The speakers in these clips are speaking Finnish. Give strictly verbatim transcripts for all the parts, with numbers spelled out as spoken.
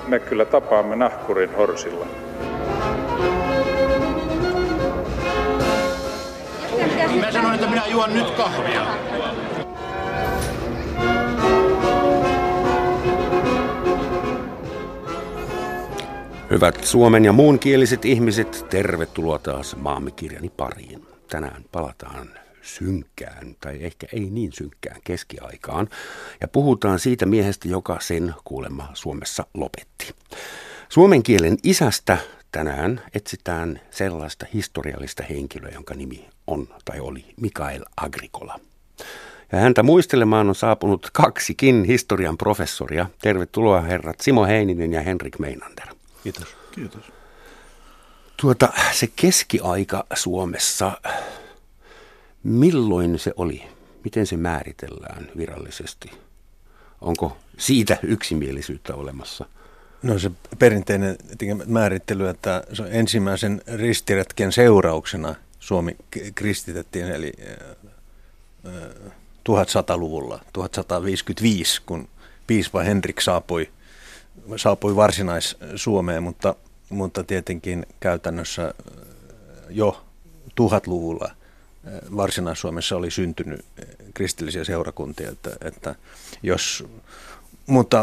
me kyllä tapaamme nahkurin horsilla. Mä sanoin, että minä juon nyt kahvia. Hyvät suomen ja muunkieliset ihmiset, tervetuloa taas Maamme kirjani pariin. Tänään palataan synkkään, tai ehkä ei niin synkkään keskiaikaan, ja puhutaan siitä miehestä, joka sen kuulemma Suomessa lopetti. Suomen kielen isästä tänään etsitään sellaista historiallista henkilöä, jonka nimi on tai oli Mikael Agricola. Ja häntä muistelemaan on saapunut kaksikin historian professoria. Tervetuloa herrat Simo Heininen ja Henrik Meinander. Kiitos. Kiitos. Tuota, se keskiaika Suomessa, milloin se oli? Miten se määritellään virallisesti? Onko siitä yksimielisyyttä olemassa? No se perinteinen määrittely, että se ensimmäisen ristiretken seurauksena Suomi kristitettiin, eli tuhatsataluvulla, tuhatsataviisikymmentäviisi, kun piispa Henrik saapui, saapui Varsinais-Suomeen, mutta, mutta tietenkin käytännössä jo tuhatluvulla Varsinais-Suomessa oli syntynyt kristillisiä seurakuntia, että, että jos, mutta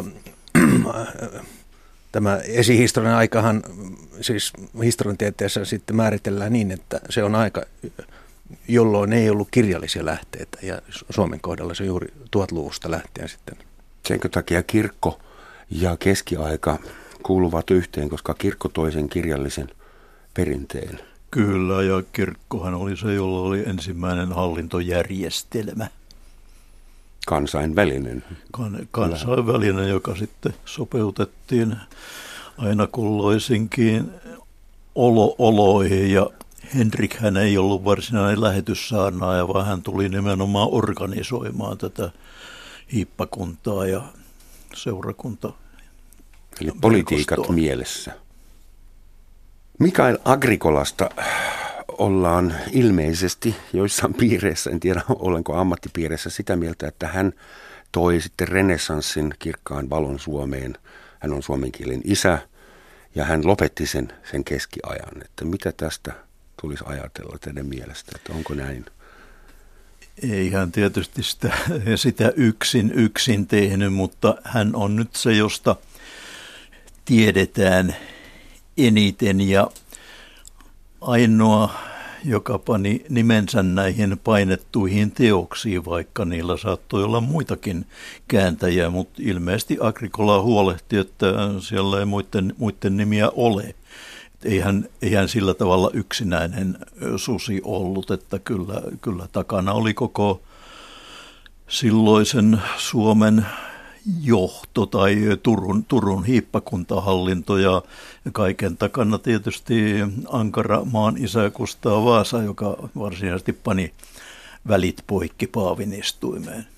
tämä esihistorian aikahan, siis historiantieteessä sitten määritellään niin, että se on aika, jolloin ei ollut kirjallisia lähteitä, ja Suomen kohdalla se juuri tuhatluvusta lähtien sitten. Senkö takia kirkko ja keskiaika kuuluvat yhteen, koska kirkko toi sen kirjallisen perinteen? Kyllä, ja kirkkohan oli se, jolla oli ensimmäinen hallintojärjestelmä. Kansainvälinen. Kan, kansainvälinen, joka sitten sopeutettiin aina kulloisinkin olo, oloihin, ja Henrikhän ei ollut varsinainen lähetyssaarnaaja, vaan hän tuli nimenomaan organisoimaan tätä hiippakuntaa ja seurakunta. Eli politiikat mielessä. Mikael Agricolasta ollaan ilmeisesti joissain piireissä, en tiedä olenko ammattipiireissä, sitä mieltä, että hän toi sitten renessanssin kirkkaan valon Suomeen. Hän on suomen kielen isä ja hän lopetti sen, sen keskiajan. Että mitä tästä tulisi ajatella teidän mielestä, että onko näin? Ei hän tietysti sitä, sitä yksin yksin tehnyt, mutta hän on nyt se, josta tiedetään eniten, ja ainoa, joka pani nimensä näihin painettuihin teoksiin, vaikka niillä saattoi olla muitakin kääntäjiä, mutta ilmeisesti Agricola huolehti, että siellä ei muiden, muiden nimiä ole. Eihän, eihän sillä tavalla yksinäinen susi ollut, että kyllä, kyllä takana oli koko silloisen Suomen johto tai Turun, Turun hiippakuntahallinto, ja kaiken takana tietysti ankara maan isä Kustaa Vaasa, joka varsinaisesti pani välit poikki Paavin istuimeen.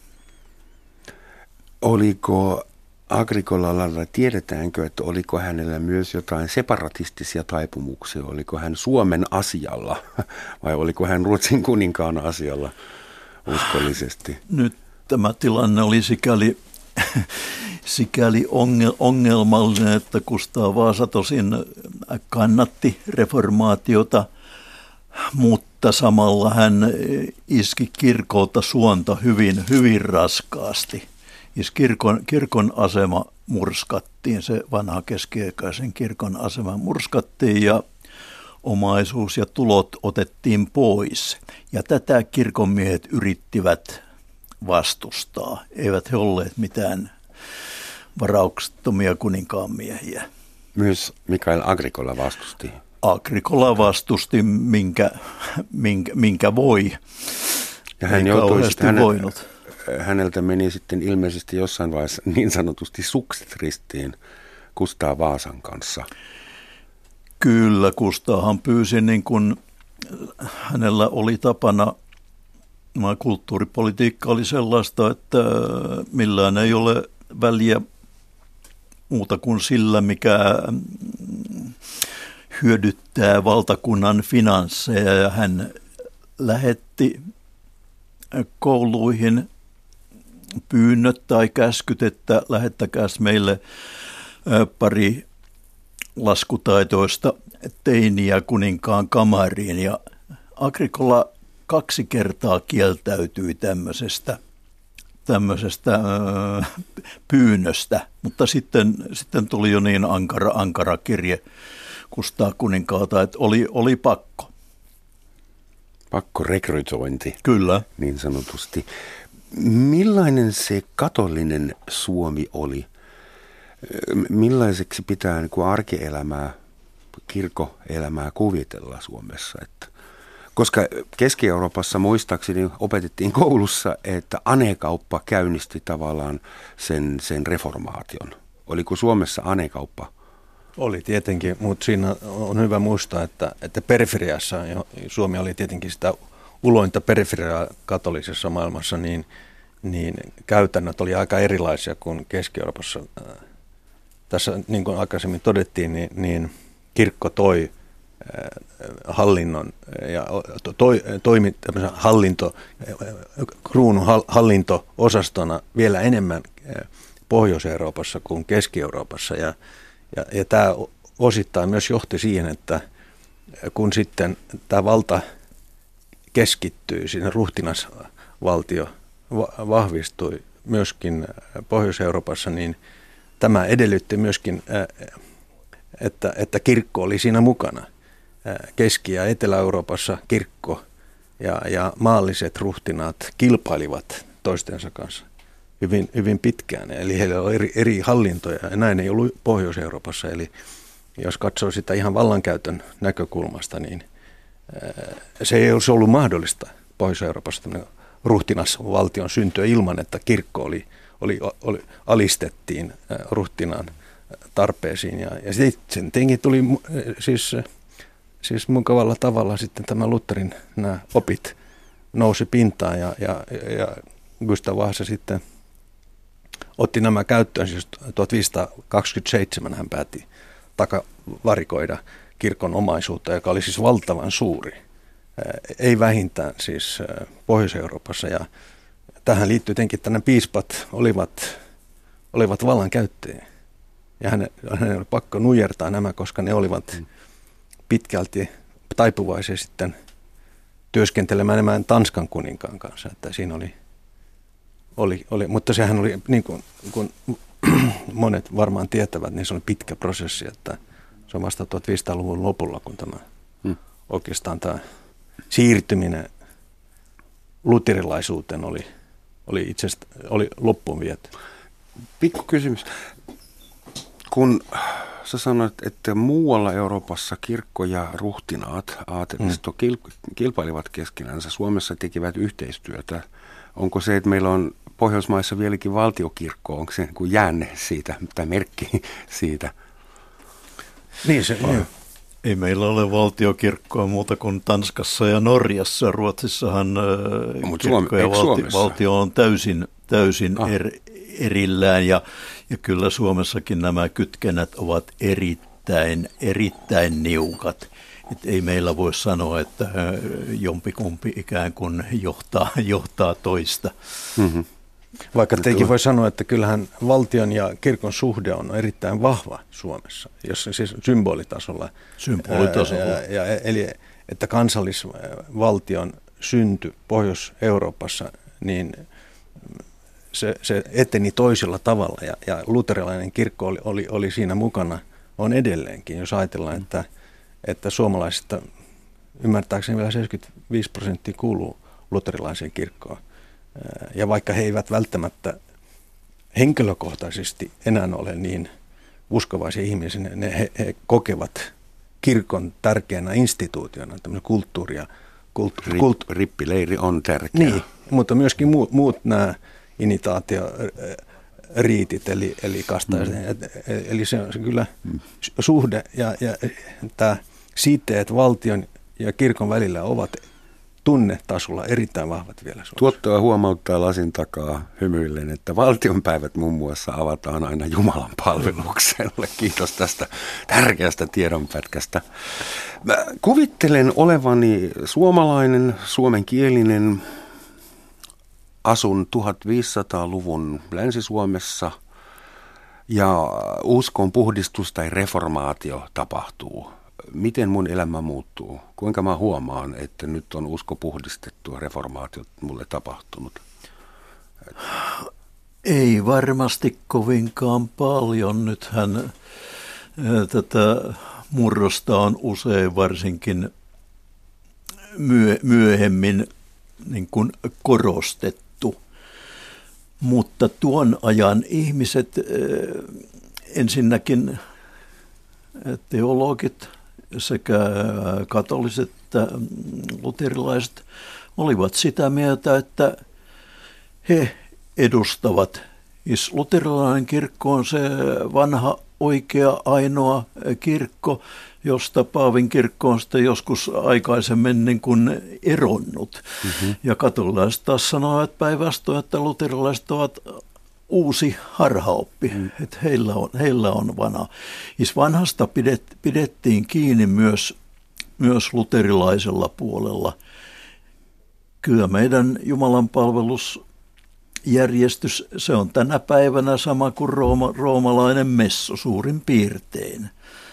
Oliko Agricolalla, tiedetäänkö, että oliko hänellä myös jotain separatistisia taipumuksia? Oliko hän Suomen asialla vai oliko hän Ruotsin kuninkaan asialla uskollisesti? Nyt tämä tilanne oli sikäli sikäli ongelmallinen, että Kustaa Vaasa tosin kannatti reformaatiota, mutta samalla hän iski kirkolta suonta hyvin, hyvin raskaasti. Siis kirkon, kirkon asema murskattiin, se vanha keskiaikaisen kirkon asema murskattiin ja omaisuus ja tulot otettiin pois. Ja tätä kirkonmiehet yrittivät vastustaa. Eivät he olleet mitään varauksettomia kuninkaanmiehiä. Myös Mikael Agricola vastusti. Agricola vastusti, minkä, minkä, minkä voi. Ja hän joutui häne, häneltä meni sitten ilmeisesti jossain vaiheessa niin sanotusti sukset ristiin Kustaa Vaasan kanssa. Kyllä, Kustaahan pyysi, niin kuin hänellä oli tapana. Kulttuuripolitiikka oli sellaista, että millään ei ole väliä muuta kuin sillä, mikä hyödyttää valtakunnan finansseja, ja hän lähetti kouluihin pyynnöt tai käskyt, että lähettäkääs meille pari laskutaitoista teiniä kuninkaan kamariin ja Agricola kaksi kertaa kieltäytyi tämmöisestä, tämmöisestä öö, pyynnöstä, mutta sitten, sitten tuli jo niin ankara, ankara kirje Kustaa kuninkaalta, että oli, oli pakko. Pakko rekrytointi. Kyllä. Niin sanotusti. Millainen se katolinen Suomi oli? Millaiseksi pitää niin kuin arkielämää, kirkkoelämää kuvitella Suomessa? Että, koska Keski-Euroopassa muistaakseni opetettiin koulussa, että anekauppa käynnisti tavallaan sen, sen reformaation. Oliko Suomessa anekauppa? Oli tietenkin, mutta siinä on hyvä muistaa, että, että periferiassa, Suomi oli tietenkin sitä ulointa periferiaa katolisessa maailmassa, niin, niin käytännöt oli aika erilaisia kuin Keski-Euroopassa. Tässä, niin kuin aikaisemmin todettiin, niin, niin kirkko toi hallinnon ja toi, toimi tämmöisen hallinto, kruunun hallinto-osastona vielä enemmän Pohjois-Euroopassa kuin Keski-Euroopassa. Ja, ja, ja tämä osittain myös johti siihen, että kun sitten tämä valta keskittyy, siinä ruhtinasvaltio vahvistui myöskin Pohjois-Euroopassa, niin tämä edellytti myöskin, että, että kirkko oli siinä mukana. Keski- ja Etelä-Euroopassa kirkko ja, ja maalliset ruhtinaat kilpailivat toistensa kanssa hyvin, hyvin pitkään. Eli heillä oli eri, eri hallintoja ja näin ei ollut Pohjois-Euroopassa. Eli jos katsoo sitä ihan vallankäytön näkökulmasta, niin se ei olisi ollut mahdollista Pohjois-Euroopassa tämmöinen ruhtinasvaltion syntyä ilman, että kirkko oli, oli, oli, alistettiin ruhtinaan tarpeisiin. Ja, ja sitten tietenkin tuli siis, siis mukavalla tavalla sitten tämä Lutherin nämä opit nousi pintaan ja, ja, ja Gustav Vasa sitten otti nämä käyttöön. Siis tuhatviisisataakaksikymmentäseitsemän hän päätti takavarikoida kirkon omaisuutta, joka oli siis valtavan suuri. Ei vähintään siis Pohjois-Euroopassa. Ja tähän liittyy tietenkin, että nämä piispat olivat, olivat vallankäyttäjiä. Ja hänen, hänen oli pakko nujertaa nämä, koska ne olivat pitkälti taipuvaisia sitten työskentelemään enemmän Tanskan kuninkaan kanssa. Että siinä oli, oli, oli, mutta sehän oli, niin kuin, kun monet varmaan tietävät, niin se oli pitkä prosessi, että se on vasta tuhatviisisataaluvun lopulla, kun tämä hmm. oikeastaan tämä siirtyminen luterilaisuuteen oli, oli itsestä, oli loppuun viety. Pikku kysymys. Kun sä sanoit, että muualla Euroopassa kirkko ja ruhtinaat, aatelisto, hmm. kilpailivat keskenänsä, Suomessa tekivät yhteistyötä. Onko se, että meillä on Pohjoismaissa vieläkin valtiokirkko, onko se kuin jäänne siitä, tai merkki siitä? Niin se on. Ei meillä ole valtiokirkkoa muuta kuin Tanskassa ja Norjassa. Ruotsissahan no, kirkko ja valti, valtio on täysin, täysin ah. er, erillään ja, ja kyllä Suomessakin nämä kytkennät ovat erittäin, erittäin niukat. Et ei meillä voi sanoa, että jompikumpi ikään kuin johtaa, johtaa toista. Mm-hmm. Vaikka teikin voi sanoa, että kyllähän valtion ja kirkon suhde on erittäin vahva Suomessa, jos siis symbolitasolla. Symbolitasolla. Ja, ja, eli että kansallisvaltion synty Pohjois-Euroopassa, niin se, se eteni toisella tavalla ja, ja luterilainen kirkko oli, oli, oli siinä mukana, on edelleenkin, jos ajatellaan, mm. että, että suomalaisista ymmärtääkseni vielä seitsemänkymmentäviisi prosenttia kuuluu luterilaiseen kirkkoon. Ja vaikka he eivät välttämättä henkilökohtaisesti enää ole niin uskovaisia ihmisiä, ne he, he kokevat kirkon tärkeänä instituutiona, tämmöinen kulttuuria. Kulttu- Kult- Rippileiri on tärkeä. Niin, mutta myöskin muut, muut nämä initaatioriitit, eli, eli kastaiset. Mm. Eli se on se kyllä mm. suhde ja, ja tämä siteet valtion ja kirkon välillä ovat tunnetasolla erittäin vahvat vielä Suomessa. Tuottaja huomauttaa lasin takaa hymyillen, että valtionpäivät muun muassa avataan aina Jumalan palvelukselle. Kiitos tästä tärkeästä tiedonpätkästä. Mä kuvittelen olevani suomalainen, suomenkielinen, asun tuhatviisisataaluvun Länsi-Suomessa ja uskon puhdistus tai reformaatio tapahtuu. Miten mun elämä muuttuu? Kuinka mä huomaan, että nyt on usko puhdistettu ja reformaatio mulle tapahtunut? Ei varmasti kovinkaan paljon. Nythän tätä murrosta on usein varsinkin myö- myöhemmin niin kuin korostettu. Mutta tuon ajan ihmiset, ensinnäkin teologit sekä katoliset että luterilaiset olivat sitä mieltä, että he edustavat. Siis luterilainen kirkko on se vanha, oikea, ainoa kirkko, josta Paavin kirkko on sitten joskus aikaisemmin niin kuin eronnut. Mm-hmm. Ja katolilaiset taas sanoivat päinvastoin, että luterilaiset ovat uusi harhaoppi, mm. että heillä on, heillä on vanha. Siis vanhasta pidet, pidettiin kiinni myös, myös luterilaisella puolella. Kyllä meidän Jumalan palvelusjärjestys, se on tänä päivänä sama kuin rooma, roomalainen messu suurin piirtein.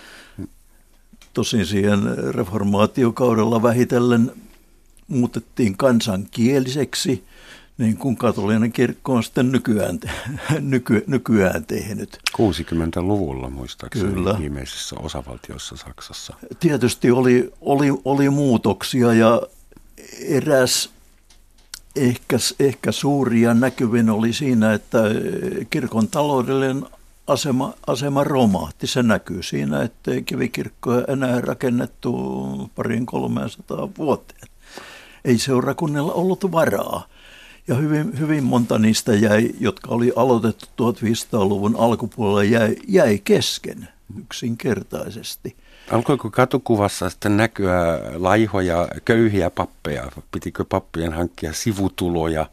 Tosin siihen reformaatiokaudella vähitellen muutettiin kansankieliseksi, niin kuin katolinen kirkko on sitten nykyään, nyky, nykyään tehnyt. kuusikymmentäluvulla muistaakseni Kyllä. viimeisissä osavaltioissa Saksassa. Tietysti oli, oli, oli muutoksia ja eräs ehkä, ehkä suuria näkyvin oli siinä, että kirkon taloudellinen asema, asema romahti. Se näkyy siinä, ettei kivikirkkoja enää rakennettu parin kolmeensataan vuoteen. Ei seurakunnilla ollut varaa. Ja hyvin, hyvin monta niistä jäi, jotka oli aloitettu tuhatviisisataaluvun alkupuolella, jäi, jäi kesken yksinkertaisesti. Alkoiko katukuvassa sitten näkyä laihoja, köyhiä pappeja? Pitikö pappien hankkia sivutuloja?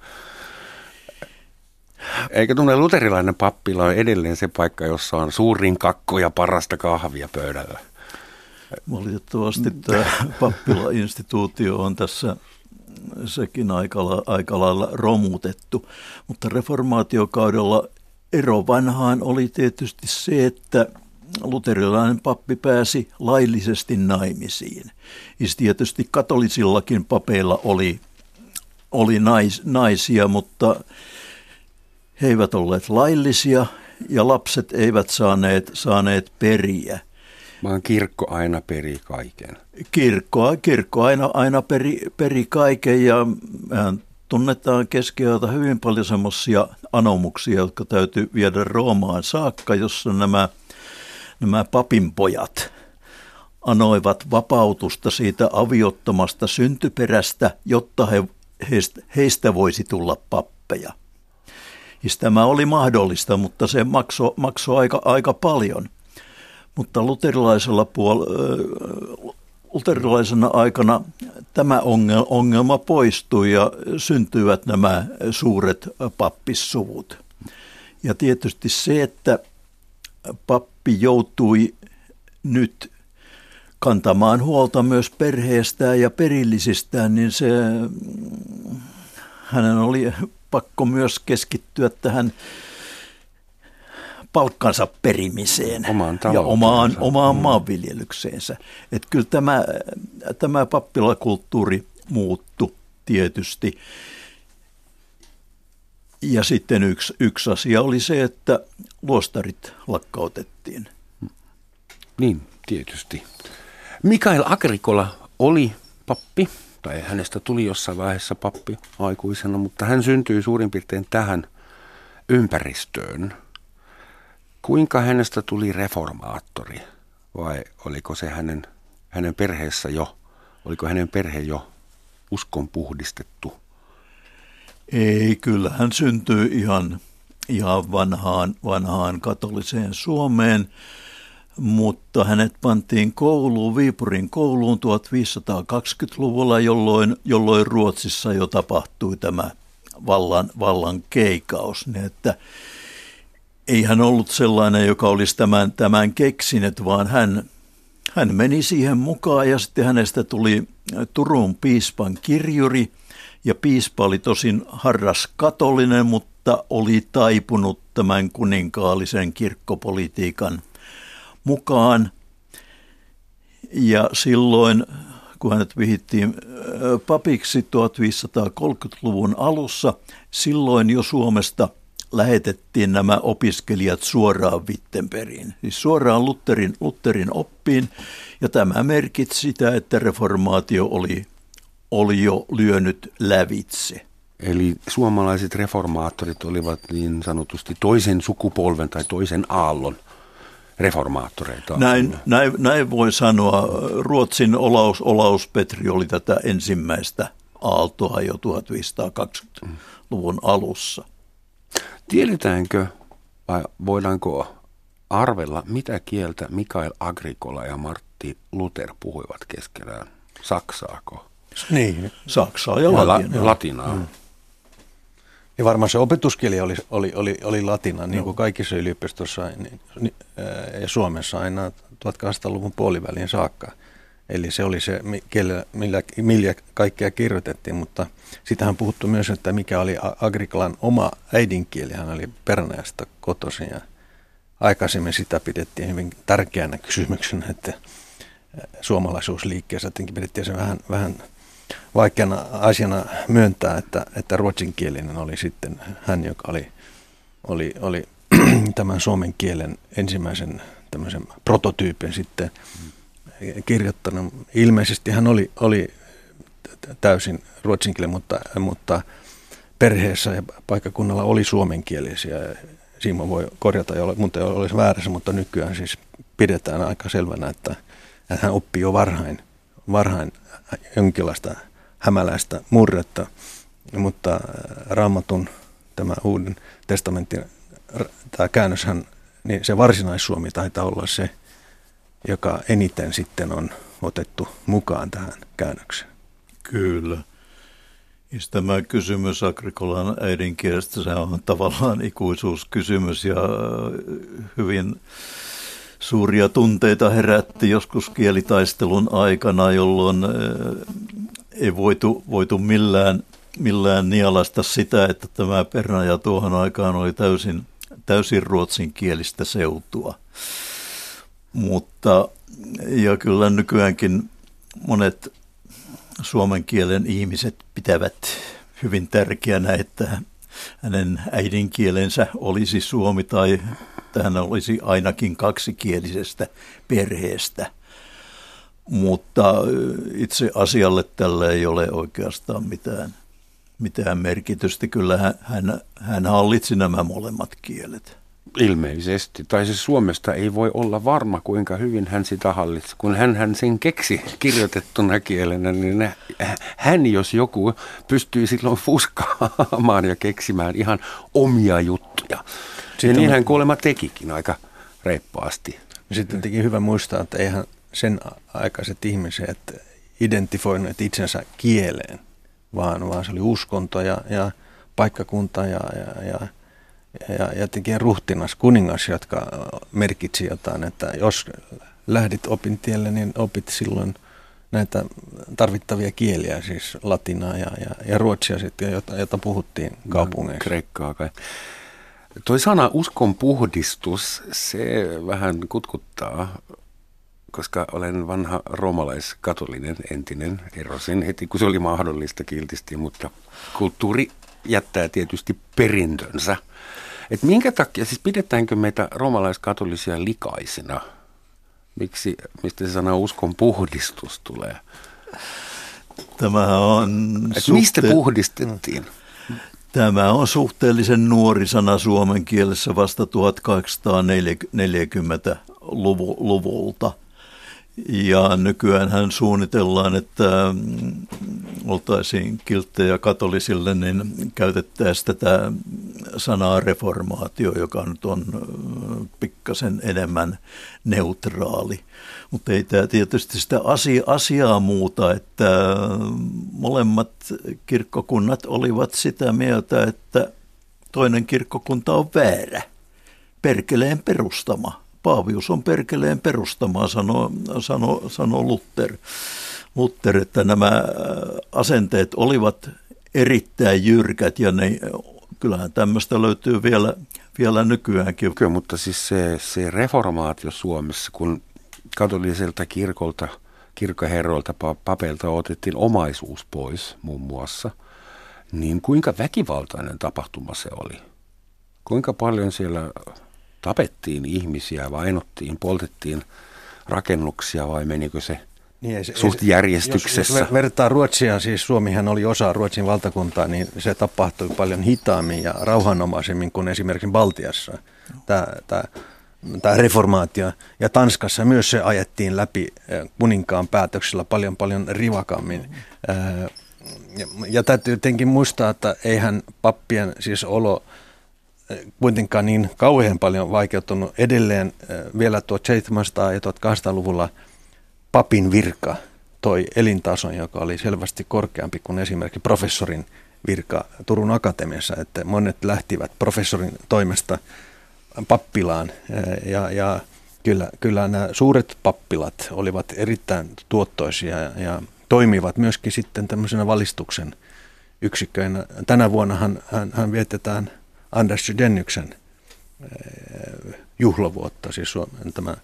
Eikä tunne luterilainen pappila on edelleen se paikka, jossa on suurin kakko ja parasta kahvia pöydällä? Valitettavasti tämä pappila-instituutio on tässä sekin aika, la, aika lailla romutettu, mutta reformaatiokaudella ero vanhaan oli tietysti se, että luterilainen pappi pääsi laillisesti naimisiin. Ja tietysti katolisillakin papeilla oli, oli nais, naisia, mutta he eivät olleet laillisia ja lapset eivät saaneet, saaneet periä. Vaan kirkko aina peri kaiken. Kirkko, kirkko aina, aina peri, peri kaiken ja mehän tunnetaan keskiajalta hyvin paljon semmoisia anomuksia, jotka täytyy viedä Roomaan saakka, jossa nämä, nämä papinpojat anoivat vapautusta siitä aviottomasta syntyperästä, jotta he, heistä, heistä voisi tulla pappeja. Siis tämä oli mahdollista, mutta se maksoi, maksoi aika, aika paljon. Mutta luterilaisella puol- luterilaisena aikana tämä ongelma poistui ja syntyivät nämä suuret pappissuvut. Ja tietysti se, että pappi joutui nyt kantamaan huolta myös perheestään ja perillisistään, niin se, hänen oli pakko myös keskittyä tähän palkkansa perimiseen omaan ja omaan, omaan maanviljelykseensä. Että kyllä tämä, tämä pappilakulttuuri muuttui tietysti. Ja sitten yksi, yksi asia oli se, että luostarit lakkautettiin. Niin, tietysti. Mikael Agricola oli pappi, tai hänestä tuli jossain vaiheessa pappi aikuisena, mutta hän syntyi suurin piirtein tähän ympäristöön. Kuinka hänestä tuli reformaattori vai oliko se hänen, hänen perheessä jo, oliko hänen perhe jo uskon puhdistettu? Ei, kyllä hän syntyi ihan, ihan vanhaan, vanhaan katoliseen Suomeen, mutta hänet pantiin kouluun, Viipurin kouluun tuhatviisisataakaksikymmentäluvulla, jolloin, jolloin Ruotsissa jo tapahtui tämä vallan, vallan keikaus, niin että ei hän ollut sellainen, joka olisi tämän, tämän keksinyt, vaan hän, hän meni siihen mukaan ja sitten hänestä tuli Turun piispan kirjuri. Ja piispa oli tosin harras katolinen, mutta mutta oli taipunut tämän kuninkaallisen kirkkopolitiikan mukaan. Ja silloin, kun hänet vihittiin papiksi tuhatviisisataakolmekymmentäluvun alussa, silloin jo Suomesta lähetettiin nämä opiskelijat suoraan Wittenbergiin, siis suoraan Lutherin, Lutherin oppiin, ja tämä merkitsi sitä, että reformaatio oli, oli jo lyönyt lävitse. Eli suomalaiset reformaattorit olivat niin sanotusti toisen sukupolven tai toisen aallon reformaattoreita. Näin, näin, näin voi sanoa. Ruotsin Olaus, Olaus Petri oli tätä ensimmäistä aaltoa jo tuhatviisisataakaksikymmentäluvun alussa. Tiedetäänkö vai voidaanko arvella, mitä kieltä Mikael Agricola ja Martti Luther puhuivat keskenään? Saksaako? Niin. Saksaa ja La- latinaa. latinaa. Mm. Ja varmaan se opetuskieli oli, oli, oli, oli latina, niin kuin kaikissa yliopistossa niin, ja Suomessa aina tuhatkahdeksansataaluvun puoliväliin saakka. Eli se oli se, millä, millä kaikkea kirjoitettiin, mutta sitähän puhuttu myös, että mikä oli Agricolan oma äidinkieli. Hän oli Pernajasta kotoisin ja aikaisemmin sitä pidettiin hyvin tärkeänä kysymyksenä, että suomalaisuusliikkeessä jotenkin pidettiin sen vähän, vähän vaikeana asiana myöntää, että, että ruotsinkielinen oli sitten hän, joka oli, oli, oli tämän suomen kielen ensimmäisen tämmöisen prototyypin sitten kirjoittanut. Ilmeisesti hän oli, oli täysin ruotsinkielinen, mutta, mutta perheessä ja paikkakunnalla oli suomenkielisiä. Simo voi korjata, mutta ei olisi väärässä, mutta nykyään siis pidetään aika selvänä, että hän oppii jo varhain, varhain jonkinlaista hämäläistä murretta, mutta Raamatun tämä Uuden testamentin tämä käännöshän, niin se varsinaissuomi taitaa olla se, joka eniten sitten on otettu mukaan tähän käännökseen. Kyllä. Ja tämä kysymys Agricolan äidinkielestä, se on tavallaan ikuisuuskysymys ja hyvin suuria tunteita herätti joskus kielitaistelun aikana, jolloin ei voitu, voitu millään, millään nialasta sitä, että tämä Pernaja tuohon aikaan oli täysin, täysin ruotsinkielistä seutua. Mutta ja kyllä nykyäänkin monet suomen kielen ihmiset pitävät hyvin tärkeänä, että hänen äidinkielensä olisi suomi tai että hän olisi ainakin kaksikielisestä perheestä. Mutta itse asialle tällä ei ole oikeastaan mitään, mitään merkitystä. Kyllä hän, hän hallitsi nämä molemmat kielet. Ilmeisesti. Tai siis Suomesta ei voi olla varma, kuinka hyvin hän sitä hallitsi. Kun hän, hän sen keksi kirjoitettuna kielenä, niin hän, jos joku, pystyy silloin fuskaamaan ja keksimään ihan omia juttuja. Sitten ja niin hän kuulemma tekikin aika reippaasti. Sitten teki hyvä muistaa, että eihän sen aikaiset ihmiset identifoineet itsensä kieleen, vaan, vaan se oli uskonto ja, ja paikkakunta ja, ja, ja Ja, ja teki ruhtinas, kuningas, jotka merkitsi jotain, että jos lähdit opintielle, niin opit silloin näitä tarvittavia kieliä, siis latinaa ja, ja, ja ruotsia sitten, jota, jota puhuttiin kaupungeissa. Kreikkaa kai. Toi sana uskon puhdistus, se vähän kutkuttaa, koska olen vanha roomalaiskatolinen entinen, erosin heti kun se oli mahdollista kiltisti, mutta kulttuuri jättää tietysti perintönsä. Et minkä takia, siis pidetäänkö meitä roomalaiskatolisia likaisina? Miksi, mistä se sana uskon puhdistus tulee? Tämähän on Et suhte- mistä puhdistettiin? Tämä on suhteellisen nuori sana suomen kielessä vasta tuhatkahdeksansataaneljäkymmentäluvulta. Ja nykyäänhän suunnitellaan, että oltaisiin kilttejä katolisille, niin käytettäisiin tätä sanaa reformaatio, joka nyt on pikkasen enemmän neutraali. Mutta ei tämä tietysti sitä asia, asiaa muuta, että molemmat kirkkokunnat olivat sitä mieltä, että toinen kirkkokunta on väärä, perkeleen perustama. Paavius on perkeleen perustamaa, sanoo, sanoo, sanoo Luther. Luther, että nämä asenteet olivat erittäin jyrkät ja ne kyllähän tämmöistä löytyy vielä, vielä nykyäänkin. Kyllä, mutta siis se, se reformaatio Suomessa, kun katoliselta kirkolta, kirkkoherroilta, papeilta otettiin omaisuus pois muun muassa, niin kuinka väkivaltainen tapahtuma se oli? Kuinka paljon siellä tapettiin ihmisiä, vainottiin, poltettiin rakennuksia vai menikö se niin se, suht järjestyksessä? Jos, jos vertaa Ruotsia, siis Suomihan oli osa Ruotsin valtakuntaa, niin se tapahtui paljon hitaammin ja rauhanomaisemmin kuin esimerkiksi Baltiassa, tämä, tämä, tämä reformaatio. Ja Tanskassa myös se ajettiin läpi kuninkaan päätöksellä paljon paljon rivakammin. Ja, ja täytyy jotenkin muistaa, että eihän pappien siis olo kuitenkaan niin kauhean paljon vaikeutunut. Edelleen vielä tuhatseitsemänsataa- ja tuhatkahdeksansataaluvulla papin virka toi elintason, joka oli selvästi korkeampi kuin esimerkiksi professorin virka Turun Akatemiassa, että monet lähtivät professorin toimesta pappilaan ja, ja kyllä, kyllä nämä suuret pappilat olivat erittäin tuottoisia ja, ja toimivat myöskin sitten tämmöisenä valistuksen yksikköinä. Tänä vuonna hän, hän, hän vietetään Anders Chydeniuksen juhlavuotta, siis Suomen tämä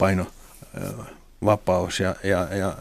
painovapaus ja, ja, ja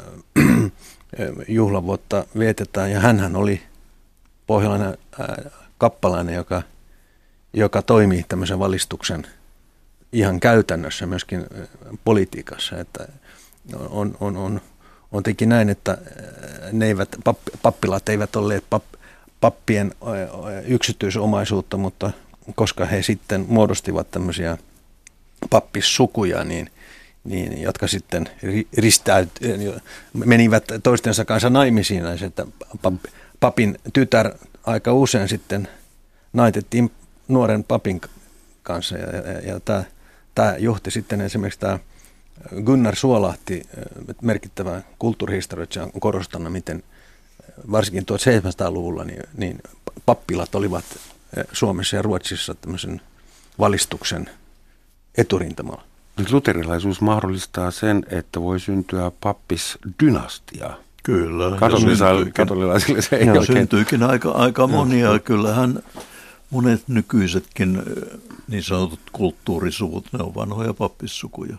juhlavuotta vietetään. Ja hänhän oli pohjalainen kappalainen, joka, joka toimii tämmöisen valistuksen ihan käytännössä myöskin politiikassa. Että on, on, on, on teki näin, että ne eivät, pappilat eivät olleet papp, pappien yksityisomaisuutta, mutta koska he sitten muodostivat tämmöisiä pappissukuja, niin, niin, jotka sitten ristäyt, menivät toistensa kanssa naimisiin, että papin tytär aika usein sitten naitettiin nuoren papin kanssa. Ja, ja, ja tämä, tämä johti sitten esimerkiksi tämä Gunnar Suolahti, merkittävä kulttuurihistorioitsija, on korostanut, miten varsinkin tuhatseitsemänsataaluvulla niin, niin pappilat olivat Suomessa ja Ruotsissa tämmöisen valistuksen eturintamalla. Nyt luterilaisuus mahdollistaa sen, että voi syntyä pappisdynastia. Kyllä. Katolilaisille se ei oikein. Syntyykin aika, aika monia. No. Kyllähän monet nykyisetkin niin sanotut kulttuurisuvut, ne on vanhoja pappissukuja.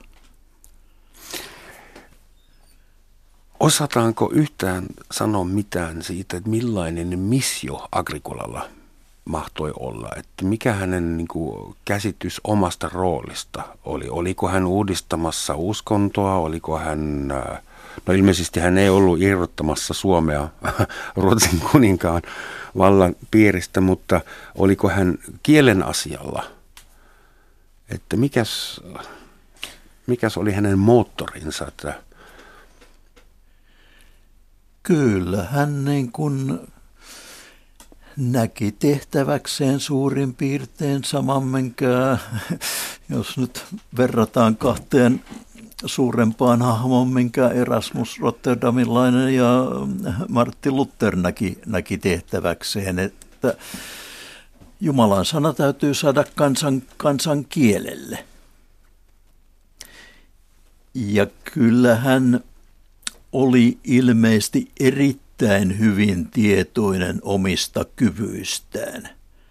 Osataanko yhtään sanoa mitään siitä, että millainen missio Agricolalla mahtoi olla? Että mikä hänen niin kuin, käsitys omasta roolista oli? Oliko hän uudistamassa uskontoa? Oliko hän, no ilmeisesti hän ei ollut irrottamassa Suomea Ruotsin kuninkaan vallan piiristä, mutta oliko hän kielen asialla? Että mikäs, mikäs oli hänen moottorinsa, että kyllä, hän niin kuin näki tehtäväkseen suurin piirtein saman, minkä, jos nyt verrataan kahteen suurempaan hahmoon, minkä Erasmus Rotterdamilainen ja Martin Luther näki, näki tehtäväkseen, että Jumalan sana täytyy saada kansan, kansan kielelle. Ja kyllä hän oli ilmeisesti erittäin hyvin tietoinen omista kyvyistään.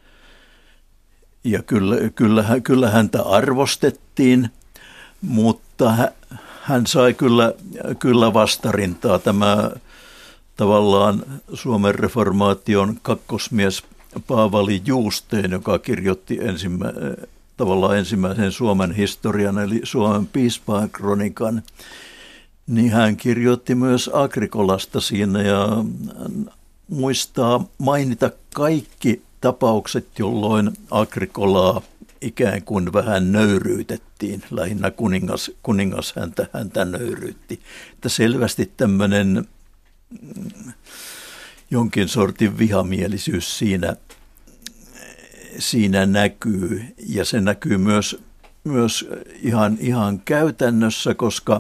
Ja kyllä, kyllä, kyllä häntä arvostettiin, mutta hän sai kyllä, kyllä vastarintaa. Tämä tavallaan Suomen reformaation kakkosmies Paavali Juusteen, joka kirjoitti ensimmä, tavallaan ensimmäisen Suomen historian, eli Suomen piispaan kronikan, niin hän kirjoitti myös Agricolasta siinä ja muistaa mainita kaikki tapaukset, jolloin Agricolaa ikään kuin vähän nöyryytettiin. Lähinnä kuningas, kuningas häntä, häntä nöyryytti. Että selvästi tämmöinen jonkin sortin vihamielisyys siinä, siinä näkyy. Ja se näkyy myös, myös ihan, ihan käytännössä, koska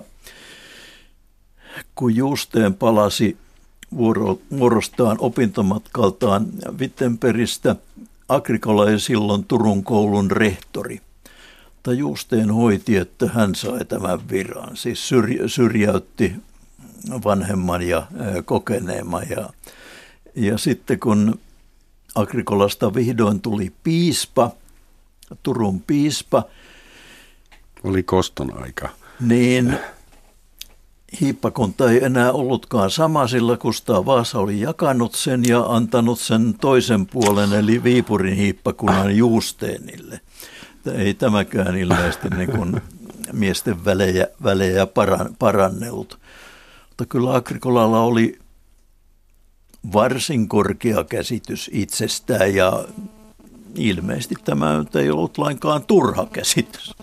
kun Juusteen palasi vuoro, vuorostaan opintomatkaltaan Wittenbergistä, Agricola oli silloin Turun koulun rehtori. Mutta Juusteen hoiti, että hän sai tämän viran, siis syrj, syrjäytti vanhemman ja kokeneemman. Ja, ja sitten kun Agricolasta vihdoin tuli piispa, Turun piispa. Oli koston aika. Niin hiippakunta ei enää ollutkaan sama, sillä Kustaa Vaasa oli jakanut sen ja antanut sen toisen puolen, eli Viipurin hiippakunnan Juusteenille. Ei tämäkään ilmeisesti niin kuin miesten välejä, välejä paran, parannellut. Mutta kyllä Agricolalla oli varsin korkea käsitys itsestään ja ilmeisesti tämä ei ollut lainkaan turha käsitys.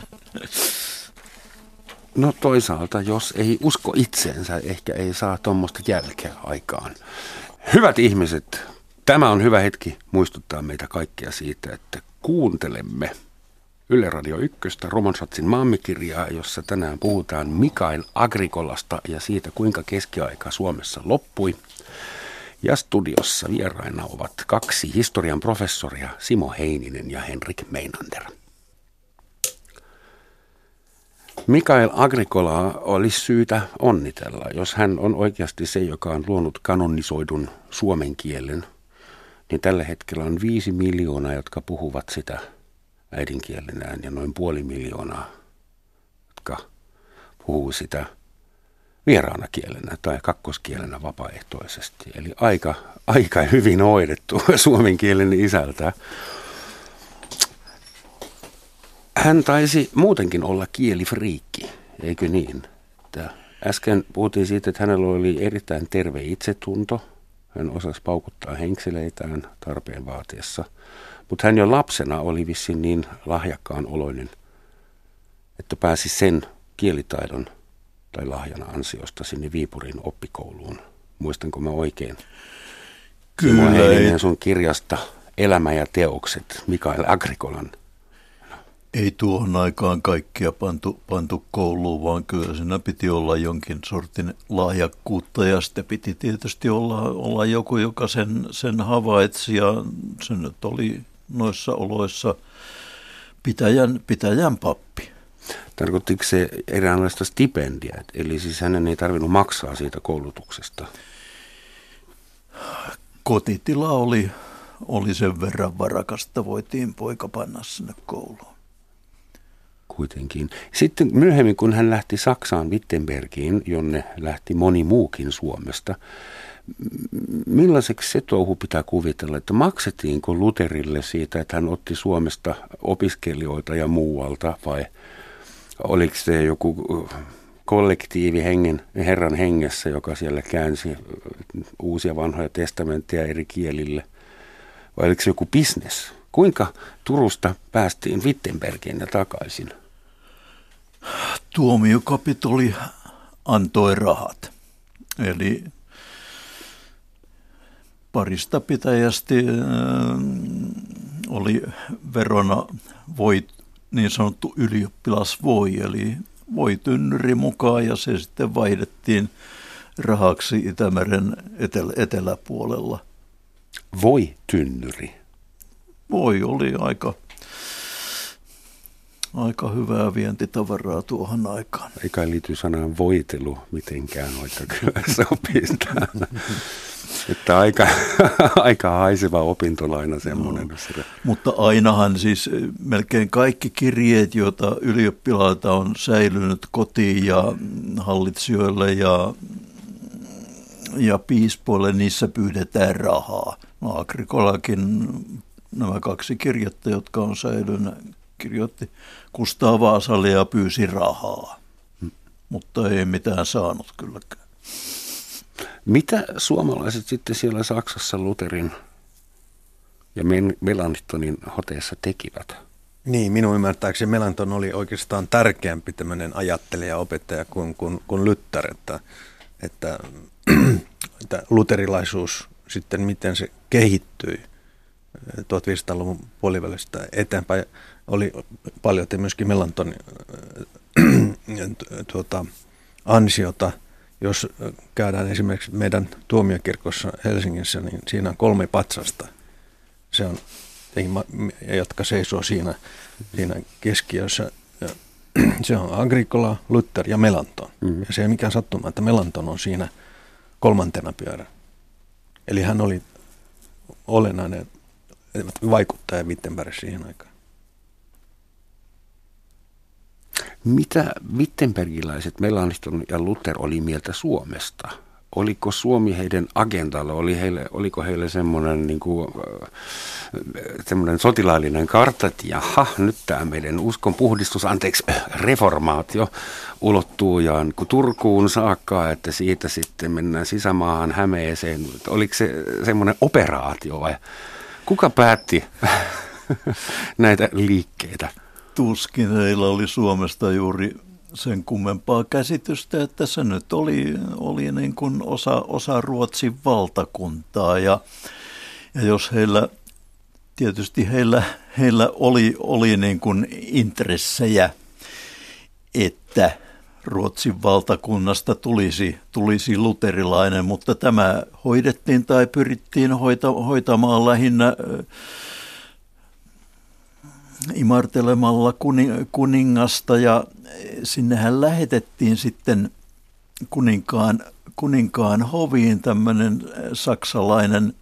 No toisaalta, jos ei usko itseensä, ehkä ei saa tuommoista jälkeä aikaan. Hyvät ihmiset, tämä on hyvä hetki muistuttaa meitä kaikkia siitä, että kuuntelemme Yle Radio Ykköstä, Romansatsin maamikirjaa, jossa tänään puhutaan Mikael Agricolasta ja siitä, kuinka keskiaika Suomessa loppui. Ja studiossa vieraina ovat kaksi historian professoria, Simo Heininen ja Henrik Meinander. Mikael Agricolaa olisi syytä onnitella, jos hän on oikeasti se, joka on luonut kanonisoidun suomen kielen, niin tällä hetkellä on viisi miljoonaa, jotka puhuvat sitä äidinkielenään ja noin puoli miljoonaa, jotka puhuu sitä vieraana kielenä tai kakkoskielenä vapaaehtoisesti. Eli aika, aika hyvin hoidettu suomen kielen isältä. Hän taisi muutenkin olla kielifriikki, eikö niin? Että äsken puhuttiin siitä, että hänellä oli erittäin terve itsetunto. Hän osasi paukuttaa henkseleitään tarpeen vaatiessa. Mutta hän jo lapsena oli vissiin niin lahjakkaan oloinen, että pääsi sen kielitaidon tai lahjana ansiosta sinne Viipurin oppikouluun. Muistanko mä oikein? Kyllä. Simo Heininen sun kirjasta Elämä ja teokset, Mikael Agricolan. Ei tuohon aikaan kaikkia pantu, pantu kouluun, vaan kyllä siinä piti olla jonkin sortin lahjakkuutta ja sitten piti tietysti olla, olla joku, joka sen, sen havaitsi ja se nyt oli noissa oloissa pitäjän, pitäjän pappi. Tarkoittiko se eräänlaista stipendiä, eli siis hänen ei tarvinnut maksaa siitä koulutuksesta? Kotitila oli, oli sen verran varakasta, voitiin poika panna sinne kouluun. Kuitenkin. Sitten myöhemmin, kun hän lähti Saksaan Wittenbergiin, jonne lähti moni muukin Suomesta, millaiseksi se touhu pitää kuvitella, että maksettiinko Lutherille siitä, että hän otti Suomesta opiskelijoita ja muualta, vai oliko se joku kollektiivi hengen, Herran hengessä, joka siellä käänsi uusia vanhoja testamentteja eri kielille, vai oliko se joku business? Kuinka Turusta päästiin Wittenbergiin ja takaisin? Tuomiokapitoli antoi rahat. Eli parista pitäjästi äh, oli verona voi, niin sanottu ylioppilasvoi, eli voitynnyri mukaan, ja se sitten vaihdettiin rahaksi Itämeren etelä, eteläpuolella. Voitynnyri? Voi oli aika, aika hyvää vientitavaraa tuohon aikaan. Eikä liity sanaan voitelu mitenkään, vaikka kyllä sopii että aika, aika haiseva opintolaina semmoinen. No, mutta ainahan siis melkein kaikki kirjeet, joita ylioppilailta on säilynyt kotiin ja hallitsijoille ja, ja piispoille, niissä pyydetään rahaa. No Agricolakin nämä kaksi kirjettä, jotka on säilynyt, kirjoitti Kustaa Vaasalle ja pyysi rahaa, hmm. mutta ei mitään saanut kylläkään. Mitä suomalaiset sitten siellä Saksassa Lutherin ja Melanchtonin hoteessa tekivät? Niin, minun ymmärtääkseni Melanchthon oli oikeastaan tärkeämpi tämmöinen ajattelija, opettaja kuin, kuin, kuin Luther, että, että, että luterilaisuus sitten miten se kehittyi tuhatviisisataaluvun puolivälistä eteenpäin oli paljon myöskin Melanchthon tuota, ansiota. Jos käydään esimerkiksi meidän tuomiokirkossa Helsingissä, niin siinä on kolme patsasta, se on, jotka seisoo siinä, siinä keskiössä. Se on Agricola, Luther ja Melanchthon. Mm-hmm. Ja se ei mikään sattuma, että Melanchthon on siinä kolmantena pyörä. Eli hän oli olennainen vaikuttaja Wittenberg siihen aikaan. Mitä wittenbergiläiset, Melanchthon ja Luther oli mieltä Suomesta? Oliko Suomi heidän agendalla? Oli heille, oliko heille semmoinen, niin kuin, semmoinen sotilaallinen kartta, että jaha, nyt tämä meidän uskon puhdistus, anteeksi, reformaatio ulottuu ja niin Turkuun saakka, että siitä sitten mennään sisämaahan Hämeeseen. Oliko se semmoinen operaatio vai kuka päätti näitä liikkeitä? Tuskin heillä oli Suomesta juuri sen kummempaa käsitystä, että se nyt oli, oli niin kuin osa, osa Ruotsin valtakuntaa. Ja, ja jos heillä, tietysti heillä, heillä oli, oli niin kuin intressejä, että Ruotsin valtakunnasta tulisi, tulisi luterilainen, mutta tämä hoidettiin tai pyrittiin hoita, hoitamaan lähinnä imartelemalla kuningasta, ja sinnehän lähetettiin sitten kuninkaan, kuninkaan hoviin tämmöinen saksalainen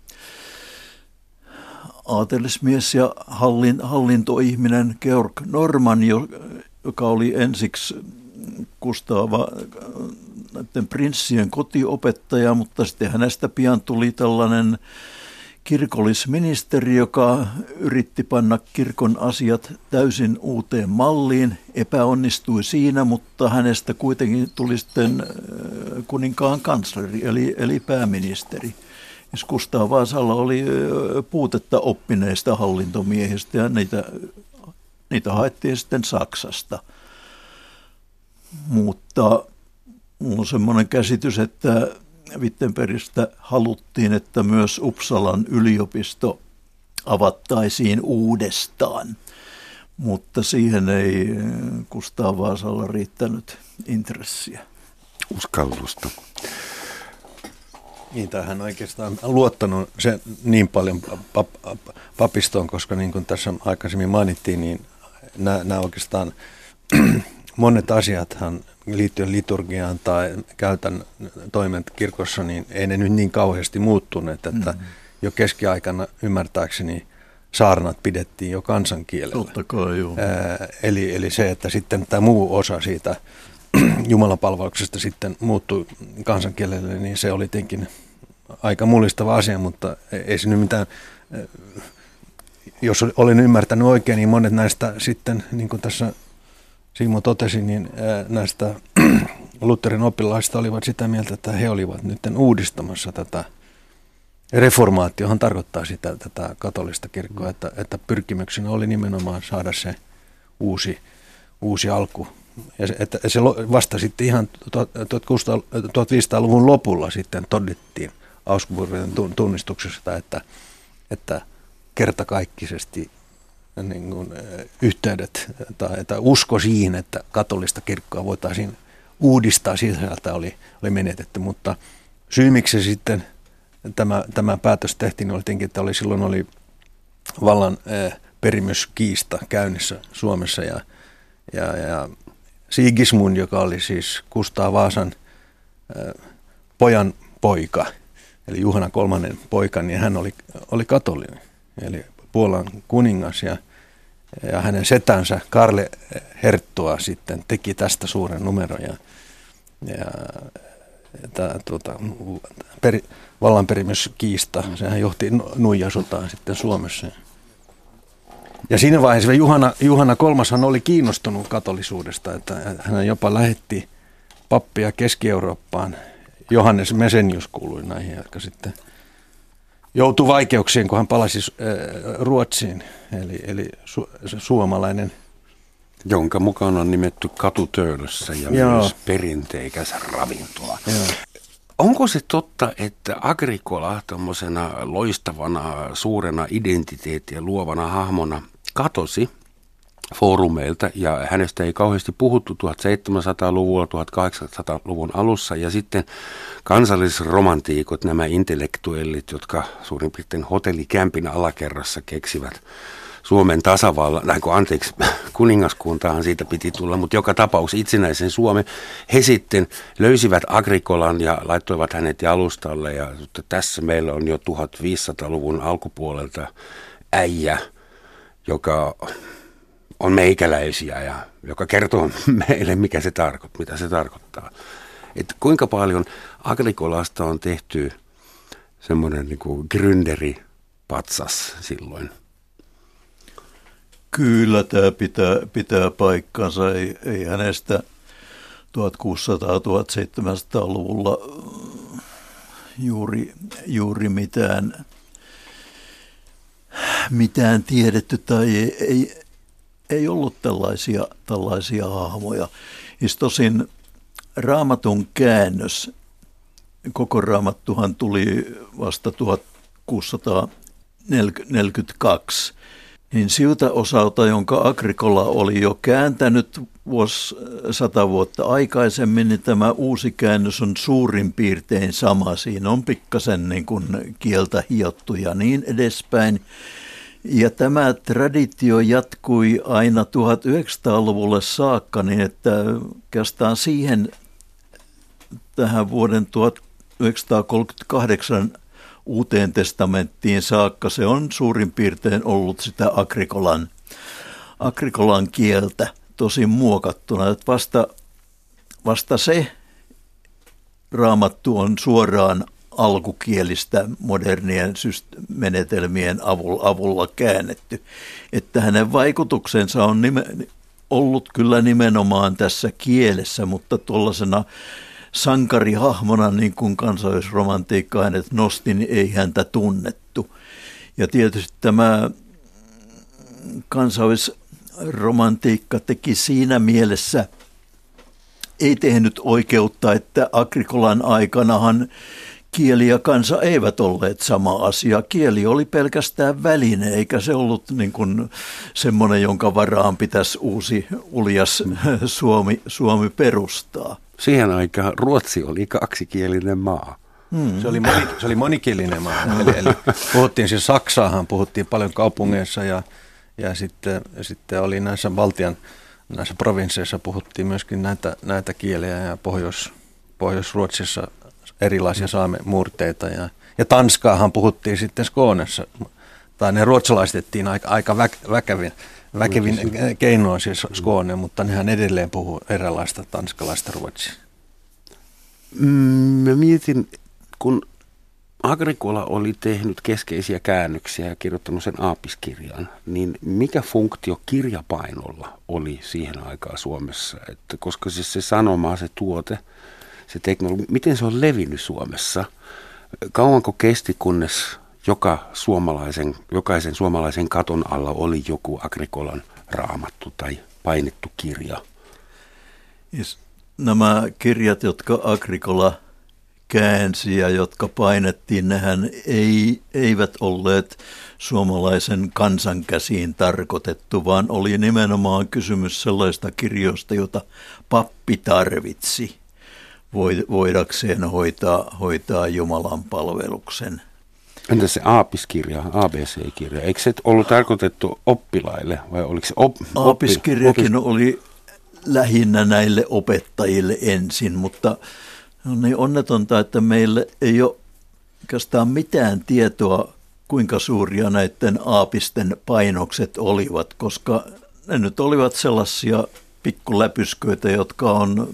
aatelismies ja hallin, hallintoihminen Georg Norman, joka oli ensiksi Kustava näiden prinssien kotiopettaja, mutta sitten hänestä pian tuli tällainen kirkollisministeri, joka yritti panna kirkon asiat täysin uuteen malliin, epäonnistui siinä, mutta hänestä kuitenkin tuli sitten kuninkaan kansleri, eli, eli pääministeri. Kustaa Vaasalla oli puutetta oppineista hallintomiehistä ja niitä, niitä haettiin sitten Saksasta. Mutta minulla on semmoinen käsitys, että Wittenbergistä haluttiin, että myös Uppsalan yliopisto avattaisiin uudestaan, mutta siihen ei Kustaa Vaasalla riittänyt intressiä. Uskallusta. Niin, tähän oikeastaan luottanut se niin paljon pap, papistoon, koska niin kuin tässä aikaisemmin mainittiin, niin nämä, nämä oikeastaan monet asiathan liittyen liturgiaan tai käytän toimet kirkossa, niin ei ne nyt niin kauheasti muuttuneet, että mm-hmm. jo keskiaikana ymmärtääkseni saarnat pidettiin jo kansankielellä. Totta kai, joo. Ää, eli, eli se, että sitten tämä muu osa siitä jumalanpalveluksesta sitten muuttui kansankielelle, niin se oli tietenkin aika mullistava asia, mutta ei se nyt mitään, jos olen ymmärtänyt oikein, niin monet näistä sitten, niin kuin tässä Simo totesi, niin näistä Lutherin oppilaista olivat sitä mieltä, että he olivat nyt uudistamassa tätä. Reformaatiohan tarkoittaa sitä, tätä katolista kirkkoa, että, että pyrkimyksenä oli nimenomaan saada se uusi, uusi alku. Ja se, että se vasta sitten ihan tuhatviisisataaluvun lopulla sitten todettiin Augsburgin tunnistuksesta, että, että kertakaikkisesti niin kuin, yhteydet tai, tai usko siihen, että katolista kirkkoa voitaisiin uudistaa sisältä oli, oli menetetty, mutta syy miksi sitten tämä, tämä päätös tehtiin oli tietenkin, että oli, silloin oli vallan eh, perimyskiista käynnissä Suomessa ja, ja, ja Sigismund, joka oli siis Kustaa Vaasan eh, pojan poika, eli Juhana kolmannen poika, niin hän oli, oli katolinen, eli Puolan kuningas ja, ja hänen setänsä Karle Herttua sitten teki tästä suuren numeron ja, ja tämä tuota, per, vallanperimyskiista, sehän johti nuijasotaan sitten Suomessa. Ja siinä vaiheessa Juhana, Juhana kolmashan oli kiinnostunut katolisuudesta, että hän jopa lähetti pappia Keski-Eurooppaan. Johannes Mesenius kuului näihin, jotka sitten joutui vaikeuksiin, kun hän palasi Ruotsiin, eli, eli su, suomalainen. Jonka mukaan on nimetty katutöölössä ja Joo. myös perinteikäs ravintola. Joo. Onko se totta, että Agricola tuommoisena loistavana, suurena identiteettiä luovana hahmona katosi foorumeilta ja hänestä ei kauheasti puhuttu tuhatseitsemänsataaluvulla, tuhatkahdeksansataaluvun alussa ja sitten kansallisromantiikot, nämä intellektuellit, jotka suurin piirtein hotellikämpin alakerrassa keksivät Suomen tasavallan, näinkö anteeksi, kuningaskuntahan siitä piti tulla, mutta joka tapauksessa itsenäisen Suomen, he sitten löysivät Agricolan ja laittoivat hänet jalustalle ja tässä meillä on jo tuhatviisisataaluvun alkupuolelta äijä, joka on meikäläisiä ja joka kertoo meille, mikä se tarkoittaa, mitä se tarkoittaa. Että kuinka paljon Agricolasta on tehty semmoinen niin kuin gründeripatsas silloin? Kyllä tämä pitää, pitää paikkansa. Ei, ei hänestä tuhatkuusisataa-tuhatseitsemänsataaluvulla juuri, juuri mitään, mitään tiedetty tai ei, ei, ei ollut tällaisia, tällaisia hahmoja. Siis tosin Raamatun käännös, koko Raamattuhan tuli vasta tuhatkuusisataaneljäkymmentäkaksi, niin siltä osalta, jonka Agricola oli jo kääntänyt vuosi sata vuotta aikaisemmin, niin tämä uusi käännös on suurin piirtein sama. Siinä on pikkasen niin kuin kieltä hiottu ja niin edespäin. Ja tämä traditio jatkui aina tuhatyhdeksänsataaluvulle saakka, niin että oikeastaan siihen tähän vuoden tuhatyhdeksänsataakolmekymmentäkahdeksan Uuteen testamenttiin saakka se on suurin piirtein ollut sitä Agricolan, Agricolan kieltä tosin muokattuna. Että vasta, vasta se Raamattu on suoraan alkukielistä modernien menetelmien avulla, avulla käännetty. Että hänen vaikutuksensa on nime, ollut kyllä nimenomaan tässä kielessä, mutta tuollaisena sankarihahmona, niin kuin kansallisromantiikka hänet nosti, niin ei häntä tunnettu. Ja tietysti tämä kansallisromantiikka teki siinä mielessä, ei tehnyt oikeutta, että Agricolan aikanahan kieli ja kansa eivät olleet sama asia. Kieli oli pelkästään väline, eikä se ollut niin kuin semmoinen, jonka varaan pitäisi uusi uljas Suomi, Suomi perustaa. Siihen aikaan Ruotsi oli kaksikielinen maa. Hmm. Se, oli moni, se oli monikielinen maa. Eli, eli puhuttiin siis Saksaahan, puhuttiin paljon kaupungeissa ja, ja sitten, sitten oli näissä Baltian, näissä provinsseissa puhuttiin myöskin näitä, näitä kieliä ja Pohjois, Pohjois-Ruotsissa erilaisia saamemuurteita. Ja, ja Tanskaahan puhuttiin sitten Skånessa, tai ne ruotsalaistettiin aika, aika vä, väkävin. Väkevin keinoin siis Skåne, mutta nehän edelleen puhuu erilaista tanskalaista ruotsia. Mä mietin, kun Agricola oli tehnyt keskeisiä käännöksiä ja kirjoittanut sen aapiskirjan, niin mikä funktio kirjapainolla oli siihen aikaan Suomessa? Että koska siis se sanoma, se tuote, se teknologia, miten se on levinnyt Suomessa? Kauanko kesti, kunnes joka suomalaisen, jokaisen suomalaisen katon alla oli joku Agricolan raamattu tai painettu kirja? Yes. Nämä kirjat, jotka Agricola käänsi ja jotka painettiin, nehän ei, eivät olleet suomalaisen kansan käsiin tarkoitettu, vaan oli nimenomaan kysymys sellaista kirjoista, jota pappi tarvitsi voidakseen hoitaa, hoitaa Jumalan palveluksen. Entä se aapiskirja, A B C-kirja, eikö se ollut tarkoitettu oppilaille vai oliko se op, Aapiskirjakin oppi, oli lähinnä näille opettajille ensin, mutta on niin onnetonta, että meillä ei ole oikeastaan mitään tietoa, kuinka suuria näiden aapisten painokset olivat, koska ne nyt olivat sellaisia pikkuläpysköitä, jotka on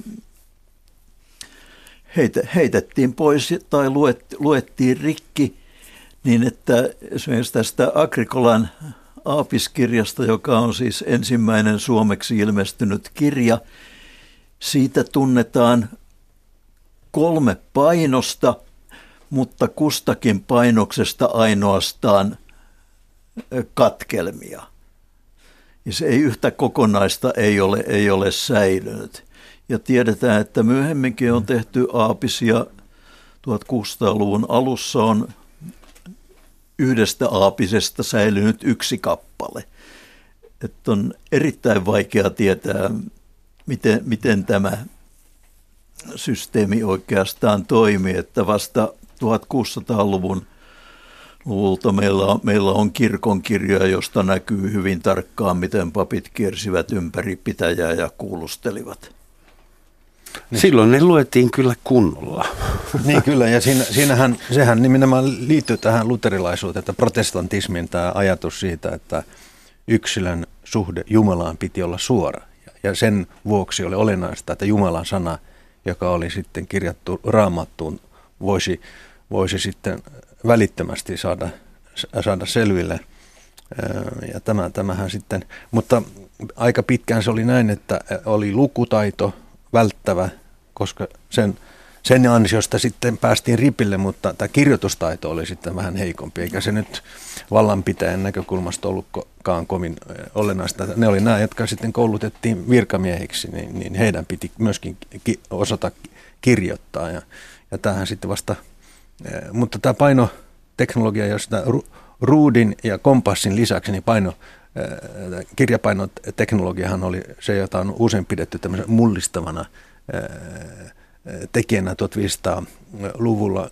heitettiin pois tai luettiin rikki, niin että esimerkiksi tästä Agricolan aapiskirjasta, joka on siis ensimmäinen suomeksi ilmestynyt kirja, siitä tunnetaan kolme painosta, mutta kustakin painoksesta ainoastaan katkelmia. Ja se ei yhtä kokonaista ei ole, ei ole säilynyt. Ja tiedetään, että myöhemminkin on tehty aapisia. tuhatkuusisataaluvun alussa on yhdestä aapisesta säilynyt yksi kappale. Että on erittäin vaikea tietää, miten, miten tämä systeemi oikeastaan toimii. Että vasta tuhatkuusisataaluvun luvulta meillä on, meillä on kirkonkirjoja, josta näkyy hyvin tarkkaan, miten papit kiersivät ympäri pitäjää ja kuulustelivat. Niin. Silloin ne luettiin kyllä kunnolla. Niin kyllä, ja siinä, siinähän, sehän nimenomaan liittyy tähän luterilaisuuteen, että protestantismin tämä ajatus siitä, että yksilön suhde Jumalaan piti olla suora. Ja sen vuoksi oli olennaista, että Jumalan sana, joka oli sitten kirjattu Raamattuun, voisi, voisi sitten välittömästi saada, saada selville. Ja tämä, tämähän sitten, mutta aika pitkään se oli näin, että oli lukutaito välttävä, koska sen, sen ansiosta sitten päästiin ripille, mutta tämä kirjoitustaito oli sitten vähän heikompi, eikä se nyt vallanpitäjän näkökulmasta ollutkaan kovin olennaista. Ne oli nämä, jotka sitten koulutettiin virkamiehiksi, niin, niin heidän piti myöskin ki- osata kirjoittaa. Ja, ja tämähän sitten vasta, mutta tämä painoteknologia, josta ruudin ja kompassin lisäksi, niin paino, kirjapainoteknologiahan oli se, jota on usein pidetty tämmöisen mullistavana tekijänä tuhatviisisataaluvulla.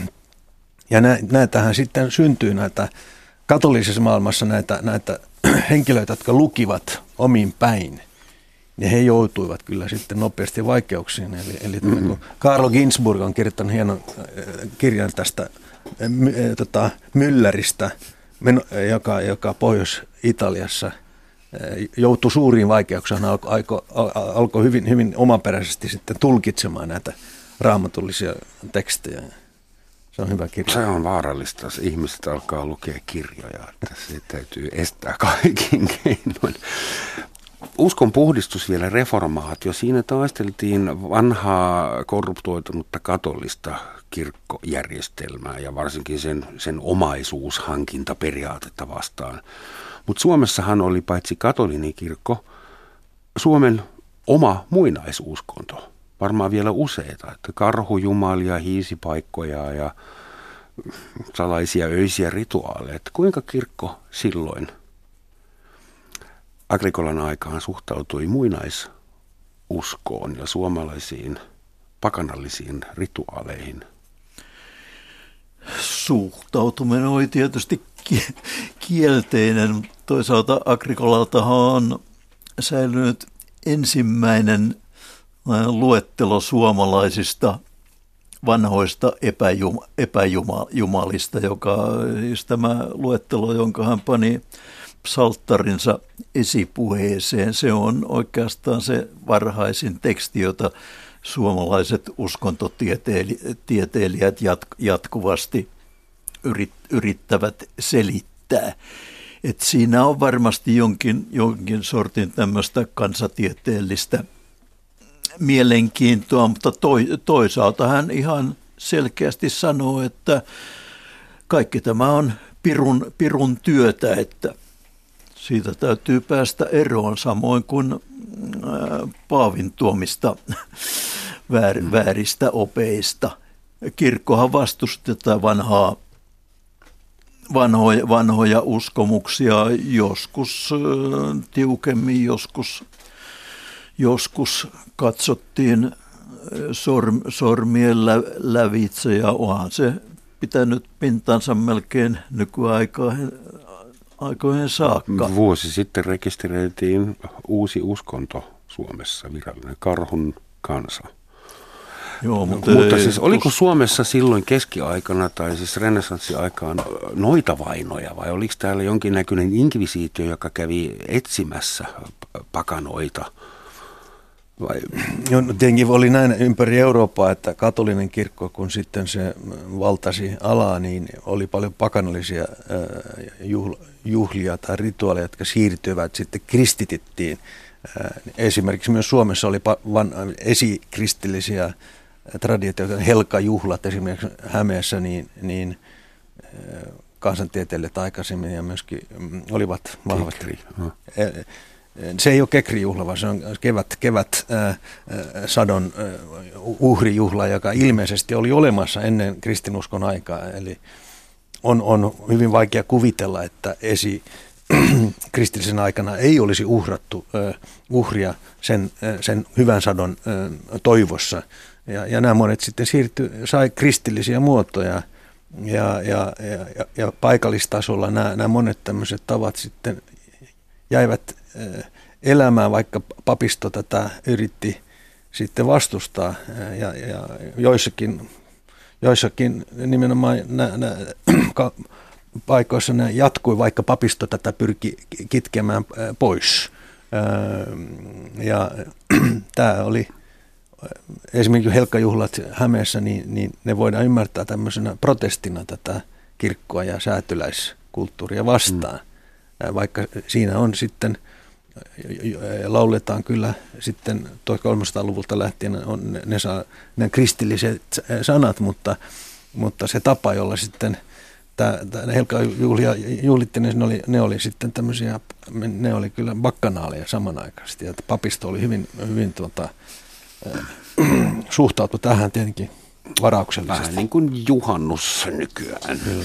Ja näitähän sitten syntyy näitä katolisessa maailmassa näitä, näitä henkilöitä, jotka lukivat omiin päin. Ja he joutuivat kyllä sitten nopeasti vaikeuksiin. Eli, eli mm-hmm. kun Carlo Ginzburg on kirjoittanut hienon kirjan tästä äh, tota, Mülläristä, joka, joka Pohjois-Italiassa joutui suuriin vaikeuksiin, alkoi alko, alko hyvin, hyvin omaperäisesti sitten tulkitsemaan näitä raamatullisia tekstejä. Se on hyvä kirja. Se on vaarallista, jos ihmiset alkaa lukea kirjoja, että se täytyy estää kaikin keinoin. Uskon puhdistus vielä reformaatio. Siinä taisteltiin vanhaa korruptoitunutta katolista kirkkojärjestelmää ja varsinkin sen, sen omaisuushankintaperiaatetta vastaan. Mutta Suomessahan oli paitsi katolinen kirkko, Suomen oma muinaisuskonto. Varmaan vielä useita, että karhujumalia, hiisipaikkoja ja salaisia öisiä rituaaleja. Että kuinka kirkko silloin Agrikolan aikaan suhtautui muinaisuskoon ja suomalaisiin pakanallisiin rituaaleihin? Suhtautuminen oli tietysti kielteinen. Toisaalta Agrikolaltahan on säilynyt ensimmäinen luettelo suomalaisista vanhoista epäjuma, epäjumalista, joka siis tämä luettelo, jonka hän pani psalttarinsa esipuheeseen, se on oikeastaan se varhaisin teksti, jota suomalaiset uskontotieteilijät jatkuvasti yrittävät selittää. Et siinä on varmasti jonkin, jonkin sortin tämmöistä kansatieteellistä mielenkiintoa, mutta toisaalta hän ihan selkeästi sanoo, että kaikki tämä on pirun, pirun työtä, että siitä täytyy päästä eroon, samoin kuin Paavin tuomista väär, vääristä opeista. Kirkkohan vastusti tätä vanhaa, vanhoja, vanhoja uskomuksia, joskus tiukemmin, joskus, joskus katsottiin sorm, sormien lä, lävitse, ja onhan se pitänyt pintansa melkein nykyaikaan aikoihin saakka. Vuosi sitten rekisteröitiin uusi uskonto Suomessa, virallinen karhun kansa. Joo, mutta mutta siis oliko Suomessa silloin keskiaikana tai siis renessanssiaikaan noitavainoja vai oliko täällä jonkinnäköinen inkvisiitio, joka kävi etsimässä pakanoita? Vai? Joo, tietenkin oli näin ympäri Eurooppaa, että katolinen kirkko, kun sitten se valtasi alaa, niin oli paljon pakanallisia juhlia tai rituaaleja, jotka siirtyivät sitten kristitettiin. Esimerkiksi myös Suomessa oli esikristillisiä traditioita, helkajuhlat esimerkiksi Hämeessä, niin, niin kansantieteilijät aikaisemmin ja myöskin olivat vahvasti. Se ei ole kekrijuhla, vaan se on kevät, kevät ää, sadon ää, uhrijuhla, joka ilmeisesti oli olemassa ennen kristinuskon aikaa. Eli on, on hyvin vaikea kuvitella, että esi kristillisen aikana ei olisi uhrattu ää, uhria sen, ää, sen hyvän sadon ää, toivossa. Ja, ja nämä monet sitten siirtyi, sai kristillisiä muotoja ja, ja, ja, ja paikallistasolla nämä, nämä monet tämmöiset tavat sitten jäivät elämään, vaikka papisto tätä yritti sitten vastustaa ja, ja joissakin, joissakin nimenomaan nä, nä, ka, paikoissa ne jatkui, vaikka papisto tätä pyrki kitkemään pois. Ja tämä oli esimerkiksi helkkajuhlat Hämeessä, niin, niin ne voidaan ymmärtää tämmöisenä protestina tätä kirkkoa ja säätyläiskulttuuria vastaan, mm. vaikka siinä on sitten, lauletaan kyllä sitten tuhatkolmesataaluvulta lähtien on ne, ne, saa, ne kristilliset sanat, mutta, mutta se tapa, jolla sitten tämä helkkajuhlia juhlittiin, ne oli, ne oli sitten tämmöisiä, ne oli kyllä bakkanaaleja samanaikaisesti, ja papisto oli hyvin, hyvin tuota, suhtautu tähän tietenkin varauksellisesti. Vähän niin kuin juhannus nykyään. Kyllä.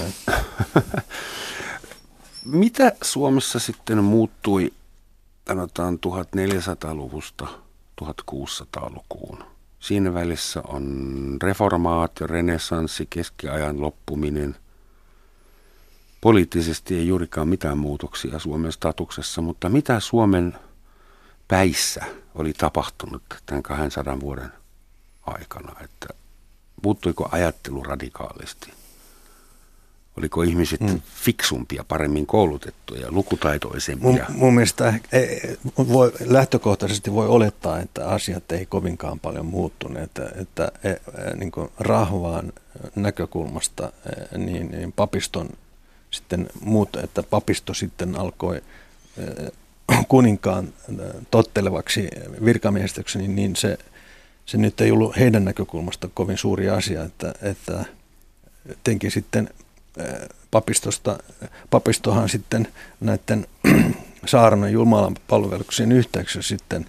Mitä Suomessa sitten muuttui sanotaan tuhatneljäsataaluvusta tuhatkuusisataalukuun? Siinä välissä on reformaatio, renessanssi, keskiajan loppuminen. Poliittisesti ei juurikaan mitään muutoksia Suomen statuksessa, mutta mitä Suomen päissä oli tapahtunut tämän kahdensadan vuoden aikana? Että muuttuiko ajattelu radikaalisti? Oliko ihmiset hmm. fiksumpia, paremmin koulutettuja, lukutaitoisempia? Mun, mun mielestä voi, lähtökohtaisesti voi olettaa, että asiat ei kovinkaan paljon muuttuneet. Että, että niin kuin rahvaan näkökulmasta niin, niin papiston sitten muut, että papisto sitten alkoi kuninkaan tottelevaksi virkamiehistöksi, niin, niin se, se nyt ei ollut heidän näkökulmasta kovin suuri asia, että, että tenkin sitten papistosta, papistohan sitten näiden saarnan Jumalan palveluksien yhteyksessä sitten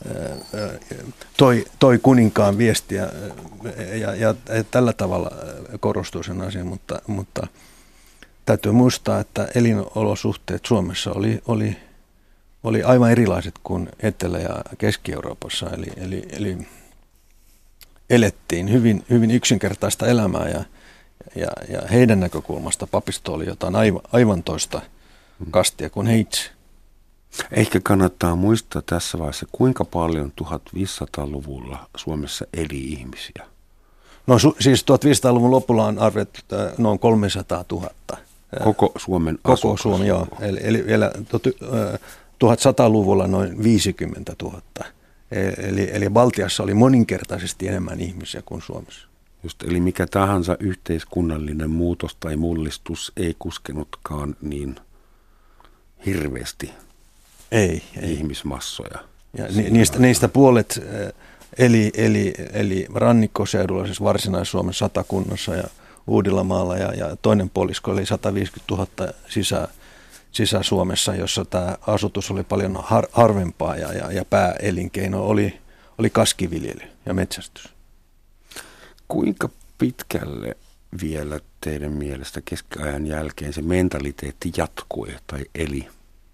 toi, toi kuninkaan viestiä ja, ja, ja tällä tavalla korostui sen asian, mutta, mutta täytyy muistaa, että elinolosuhteet Suomessa oli, oli, oli aivan erilaiset kuin Etelä- ja Keski-Euroopassa, eli, eli, eli elettiin hyvin, hyvin yksinkertaista elämää ja Ja, ja heidän näkökulmasta papisto oli jotain aivan, aivan toista kastia kuin he itse. Ehkä kannattaa muistaa tässä vaiheessa, kuinka paljon tuhatviisisataaluvulla Suomessa eli ihmisiä? No su, siis tuhatviisisataaluvun lopulla on arvioitu noin kolmesataatuhatta. Koko Suomen Koko asukas. Suomi, joo. Eli, eli vielä tuhatsataluvulla noin viisikymmentätuhatta. Eli, eli Baltiassa oli moninkertaisesti enemmän ihmisiä kuin Suomessa. Just, eli mikä tahansa yhteiskunnallinen muutos tai mullistus ei kuskenutkaan niin hirveästi ei, ei. ihmismassoja. Ja ni, niistä, niistä puolet eli, eli, eli rannikkoseudulla, siis Varsinais-Suomen Satakunnassa ja Uudellamaalla, ja, ja toinen puolisko oli sataviisikymmentätuhatta sisä, Sisä-Suomessa, jossa tämä asutus oli paljon har, harvempaa ja, ja, ja pääelinkeino oli, oli kaskiviljely ja metsästys. Kuinka pitkälle vielä teidän mielestä keskiajan jälkeen se mentaliteetti jatkui tai eli?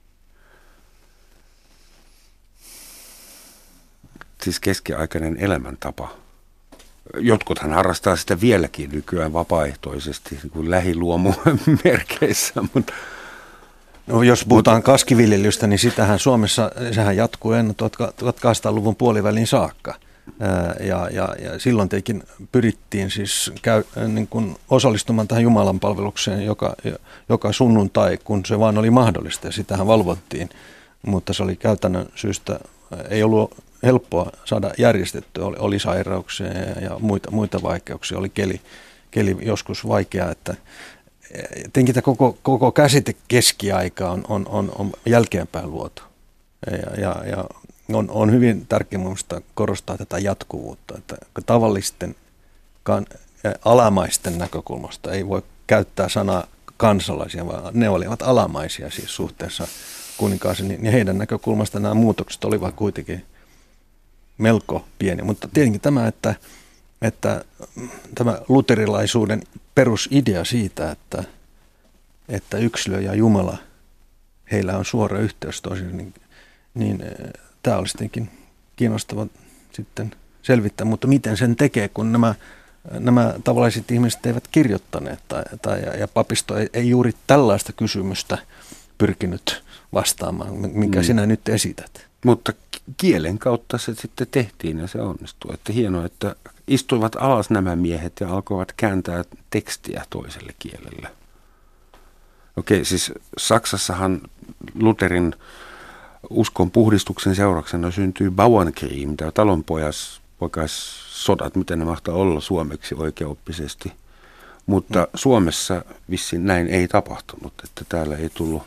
Siis keskiaikainen elämäntapa. Jotkuthan harrastaa sitä vieläkin nykyään vapaaehtoisesti, kuin lähiluomu merkeissä. Mutta no, jos puhutaan kaskiviljelystä, niin sitähän Suomessa, sehän jatkuu ennen tuhatkahdeksansataaluvun puolivälin saakka. Ja, ja, ja silloin teikin pyrittiin siis käy, niin kuin osallistumaan tähän Jumalan palvelukseen joka, joka sunnuntai, kun se vaan oli mahdollista, ja sitähän valvottiin, mutta se oli käytännön syystä, ei ollut helppoa saada järjestettyä, oli, oli sairauksia ja, ja muita, muita vaikeuksia, oli keli, keli joskus vaikea, että tietenkin tämä koko, koko käsite keskiaika on, on, on, on jälkeenpäin luotu, ja, ja, ja On, on hyvin tärkeää minusta korostaa tätä jatkuvuutta, että tavallisten kan, alamaisten näkökulmasta ei voi käyttää sanaa kansalaisia, vaan ne olivat alamaisia siis suhteessa kuninkaaseen, niin heidän näkökulmasta nämä muutokset olivat kuitenkin melko pieni. Mutta tietenkin tämä, että, että tämä luterilaisuuden perusidea siitä, että, että yksilö ja Jumala, heillä on suora yhteys toisiinsa, niin, niin tämä olisi tietenkin kiinnostava sitten selvittää, mutta miten sen tekee, kun nämä, nämä tavalliset ihmiset eivät kirjoittaneet tai, tai, ja papisto ei, ei juuri tällaista kysymystä pyrkinyt vastaamaan, minkä mm. sinä nyt esität. Mutta kielen kautta se sitten tehtiin ja se onnistui. Että hienoa, että istuivat alas nämä miehet ja alkoivat kääntää tekstiä toiselle kielelle. Okei, siis Saksassahan Lutherin uskon puhdistuksen seurauksena syntyy Bauernkrieg, tämä talonpojas, sodat, miten ne mahtaa olla suomeksi oikeaoppisesti. Mutta mm. Suomessa vissiin näin ei tapahtunut, että täällä ei tullut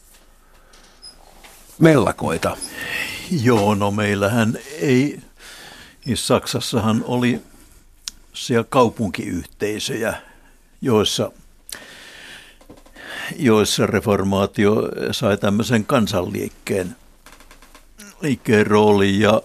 mellakoita. Joo, no meillähän ei, Saksassahan oli siellä kaupunkiyhteisöjä, joissa, joissa reformaatio sai tämmöisen kansanliikkeen liikkeen roolin ja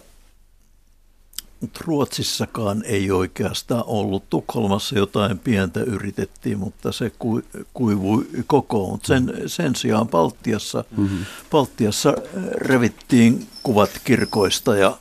Ruotsissakaan ei oikeastaan ollut. Tukholmassa jotain pientä yritettiin, mutta se kuivui kokoon. Sen, sen sijaan Baltiassa, mm-hmm. Baltiassa revittiin kuvat kirkoista ja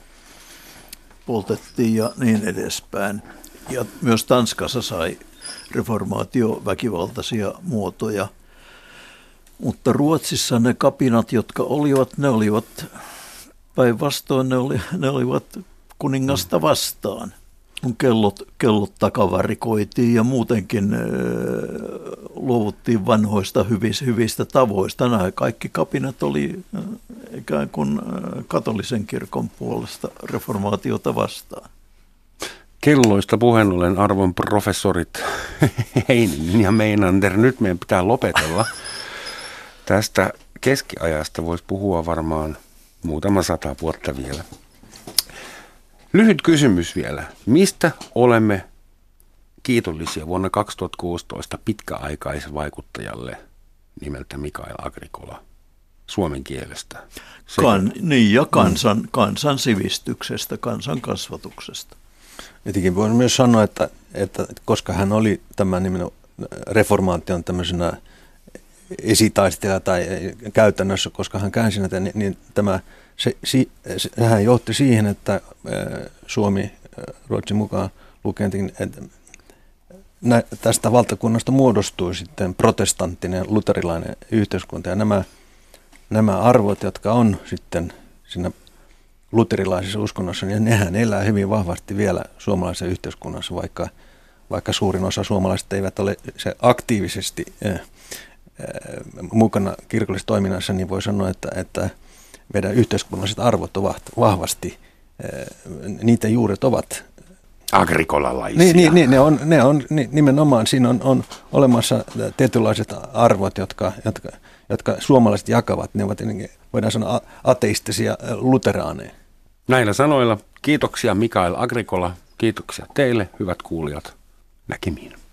poltettiin ja niin edespäin. Ja myös Tanskassa sai reformaatio väkivaltaisia muotoja. Mutta Ruotsissa ne kapinat, jotka olivat, ne olivat päinvastoin, ne, oli, ne olivat kuningasta vastaan, kun kellot, kellot takavarikoitiin ja muutenkin ö, luovuttiin vanhoista hyvistä, hyvistä tavoista. Nämä kaikki kapinat oli ö, ikään kuin ö, katolisen kirkon puolesta reformaatiota vastaan. Kelloista puheen ollen arvon professorit Heininen ja Meinander, nyt meidän pitää lopetella. Tästä keskiajasta voisi puhua varmaan muutama sata vuotta vielä. Lyhyt kysymys vielä. Mistä olemme kiitollisia vuonna kaksituhattakuusitoista pitkäaikaisvaikuttajalle nimeltä Mikael Agricola suomen kielestä? Kan, niin ja kansan, kansan sivistyksestä, kansan kasvatuksesta. Jotenkin voin myös sanoa, että, että koska hän oli tämän nimen reformaation tämmöisenä esitaistelija tai käytännössä, koska hän käänsi näitä, niin, niin tämä Se, se, sehän johti siihen, että Suomi, Ruotsin mukaan lukentiin, että tästä valtakunnasta muodostui sitten protestanttinen, luterilainen yhteiskunta. Ja nämä, nämä arvot, jotka on sitten siinä luterilaisessa uskonnossa, niin nehän elää hyvin vahvasti vielä suomalaisessa yhteiskunnassa, vaikka, vaikka suurin osa suomalaisista eivät ole se aktiivisesti äh, mukana kirkollisessa toiminnassa, niin voi sanoa, että, että meidän yhteiskunnalliset arvot ovat vahvasti, niitä juuret ovat agrikolalaisia. Niin, niin, niin ne on, ne on nimenomaan, siinä on, on olemassa tietynlaiset arvot, jotka, jotka, jotka suomalaiset jakavat. Ne ovat, voidaan sanoa, ateistisia luteraaneja. Näillä sanoilla kiitoksia Mikael Agricola, kiitoksia teille, hyvät kuulijat, näkemiin.